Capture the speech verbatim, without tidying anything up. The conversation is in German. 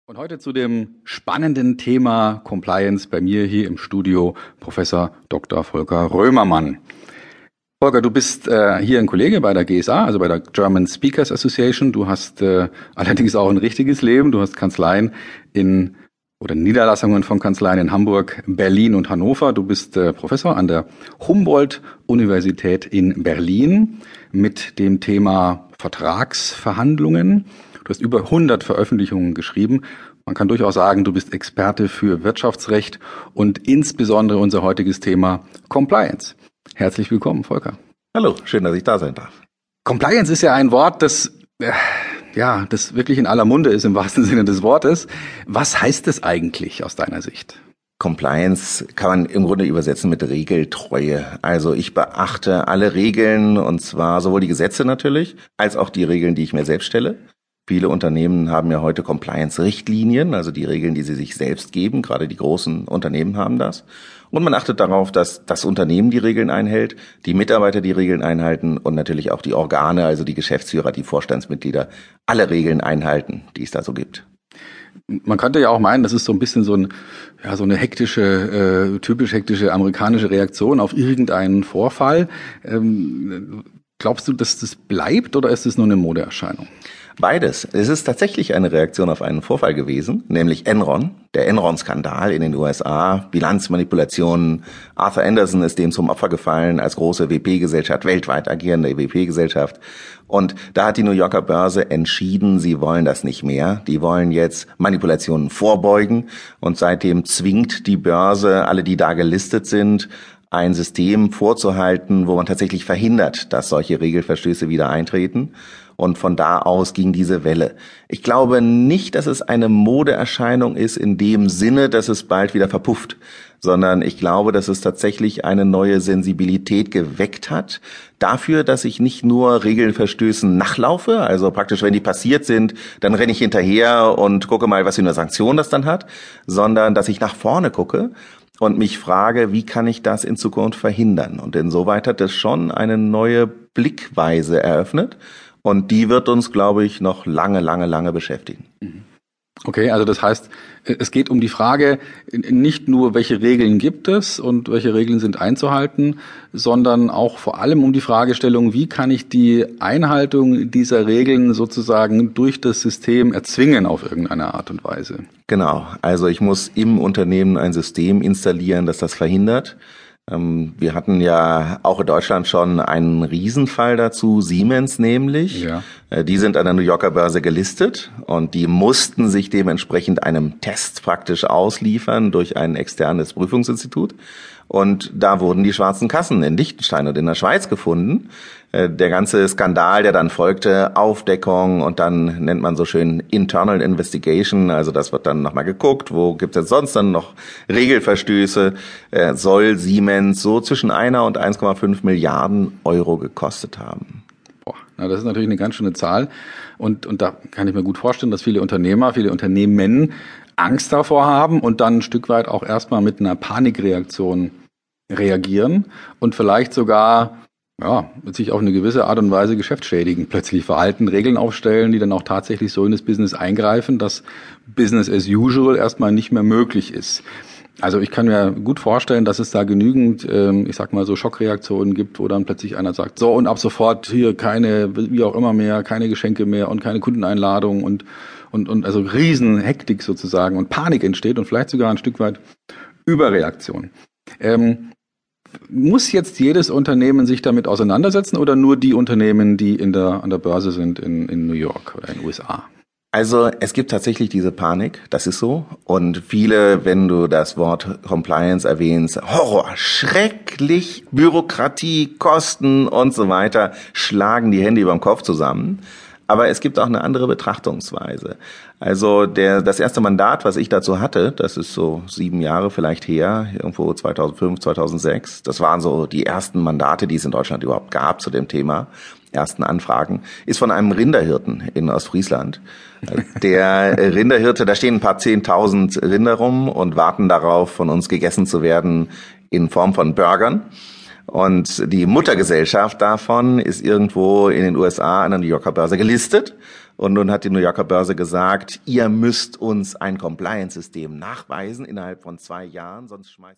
Und heute zu dem spannenden Thema Compliance bei mir hier im Studio Professor Doktor Volker Römermann. Volker, du bist äh, hier ein Kollege bei der G S A, also bei der German Speakers Association. Du hast äh, allerdings auch ein richtiges Leben. Du hast Kanzleien in oder Niederlassungen von Kanzleien in Hamburg, Berlin und Hannover. Du bist äh, Professor an der Humboldt-Universität in Berlin mit dem Thema Vertragsverhandlungen. Du hast über hundert Veröffentlichungen geschrieben. Man kann durchaus sagen, du bist Experte für Wirtschaftsrecht und insbesondere unser heutiges Thema Compliance. Herzlich willkommen, Volker. Hallo, schön, dass ich da sein darf. Compliance ist ja ein Wort, das, äh, ja, das wirklich in aller Munde ist, im wahrsten Sinne des Wortes. Was heißt es eigentlich aus deiner Sicht? Compliance kann man im Grunde übersetzen mit Regeltreue. Also ich beachte alle Regeln, und zwar sowohl die Gesetze natürlich, als auch die Regeln, die ich mir selbst stelle. Viele Unternehmen haben ja heute Compliance-Richtlinien, also die Regeln, die sie sich selbst geben. Gerade die großen Unternehmen haben das. Und man achtet darauf, dass das Unternehmen die Regeln einhält, die Mitarbeiter die Regeln einhalten und natürlich auch die Organe, also die Geschäftsführer, die Vorstandsmitglieder, alle Regeln einhalten, die es da so gibt. Man könnte ja auch meinen, das ist so ein bisschen so ein, ja, so eine hektische, äh, typisch hektische amerikanische Reaktion auf irgendeinen Vorfall. Ähm, glaubst du, dass das bleibt oder ist es nur eine Modeerscheinung? Beides. Es ist tatsächlich eine Reaktion auf einen Vorfall gewesen, nämlich Enron, der Enron-Skandal in den U S A, Bilanzmanipulationen. Arthur Andersen ist dem zum Opfer gefallen als große W P-Gesellschaft, weltweit agierende W P-Gesellschaft. Und da hat die New Yorker Börse entschieden, sie wollen das nicht mehr. Die wollen jetzt Manipulationen vorbeugen. Und seitdem zwingt die Börse alle, die da gelistet sind, ein System vorzuhalten, wo man tatsächlich verhindert, dass solche Regelverstöße wieder eintreten. Und von da aus ging diese Welle. Ich glaube nicht, dass es eine Modeerscheinung ist in dem Sinne, dass es bald wieder verpufft, sondern ich glaube, dass es tatsächlich eine neue Sensibilität geweckt hat dafür, dass ich nicht nur Regelverstößen nachlaufe, also praktisch, wenn die passiert sind, dann renne ich hinterher und gucke mal, was für eine Sanktion das dann hat, sondern dass ich nach vorne gucke und mich frage, wie kann ich das in Zukunft verhindern? Und insoweit hat es schon eine neue Blickweise eröffnet. Und die wird uns, glaube ich, noch lange, lange, lange beschäftigen. Okay, also das heißt, es geht um die Frage, nicht nur, welche Regeln gibt es und welche Regeln sind einzuhalten, sondern auch vor allem um die Fragestellung, wie kann ich die Einhaltung dieser Regeln sozusagen durch das System erzwingen auf irgendeine Art und Weise. Genau, also ich muss im Unternehmen ein System installieren, das das verhindert. Wir hatten ja auch in Deutschland schon einen Riesenfall dazu, Siemens nämlich. Ja. Die sind an der New Yorker Börse gelistet und die mussten sich dementsprechend einem Test praktisch ausliefern durch ein externes Prüfungsinstitut. Und da wurden die schwarzen Kassen in Liechtenstein und in der Schweiz gefunden. Der ganze Skandal, der dann folgte, Aufdeckung und dann nennt man so schön Internal Investigation, also das wird dann nochmal geguckt, wo gibt es sonst dann noch Regelverstöße, soll Siemens so zwischen einer und eins Komma fünf Milliarden Euro gekostet haben. Boah, na, das ist natürlich eine ganz schöne Zahl und, und da kann ich mir gut vorstellen, dass viele Unternehmer, viele Unternehmen Angst davor haben und dann ein Stück weit auch erstmal mit einer Panikreaktion reagieren und vielleicht sogar ja, sich auf eine gewisse Art und Weise geschäftsschädigen, plötzlich Verhalten, Regeln aufstellen, die dann auch tatsächlich so in das Business eingreifen, dass Business as usual erstmal nicht mehr möglich ist. Also ich kann mir gut vorstellen, dass es da genügend, ähm, ich sag mal so Schockreaktionen gibt, wo dann plötzlich einer sagt, so und ab sofort hier keine, wie auch immer mehr, keine Geschenke mehr und keine Kundeneinladungen und und und also riesen Hektik sozusagen und Panik entsteht und vielleicht sogar ein Stück weit Überreaktion. Ähm, muss jetzt jedes Unternehmen sich damit auseinandersetzen oder nur die Unternehmen, die in der an der Börse sind in in New York oder in den U S A? Also es gibt tatsächlich diese Panik, das ist so. Und viele, wenn du das Wort Compliance erwähnst, Horror, schrecklich, Bürokratie, Kosten und so weiter, schlagen die Hände über dem Kopf zusammen. Aber es gibt auch eine andere Betrachtungsweise. Also der das erste Mandat, was ich dazu hatte, das ist so sieben Jahre vielleicht her, irgendwo zweitausendfünf, zweitausendsechs. Das waren so die ersten Mandate, die es in Deutschland überhaupt gab zu dem Thema, ersten Anfragen, ist von einem Rinderhirten in Ostfriesland. Der Rinderhirte, da stehen ein paar zehntausend Rinder rum und warten darauf, von uns gegessen zu werden in Form von Burgern. Und die Muttergesellschaft davon ist irgendwo in den U S A an der New Yorker Börse gelistet. Und nun hat die New Yorker Börse gesagt, ihr müsst uns ein Compliance-System nachweisen innerhalb von zwei Jahren, sonst schmeißt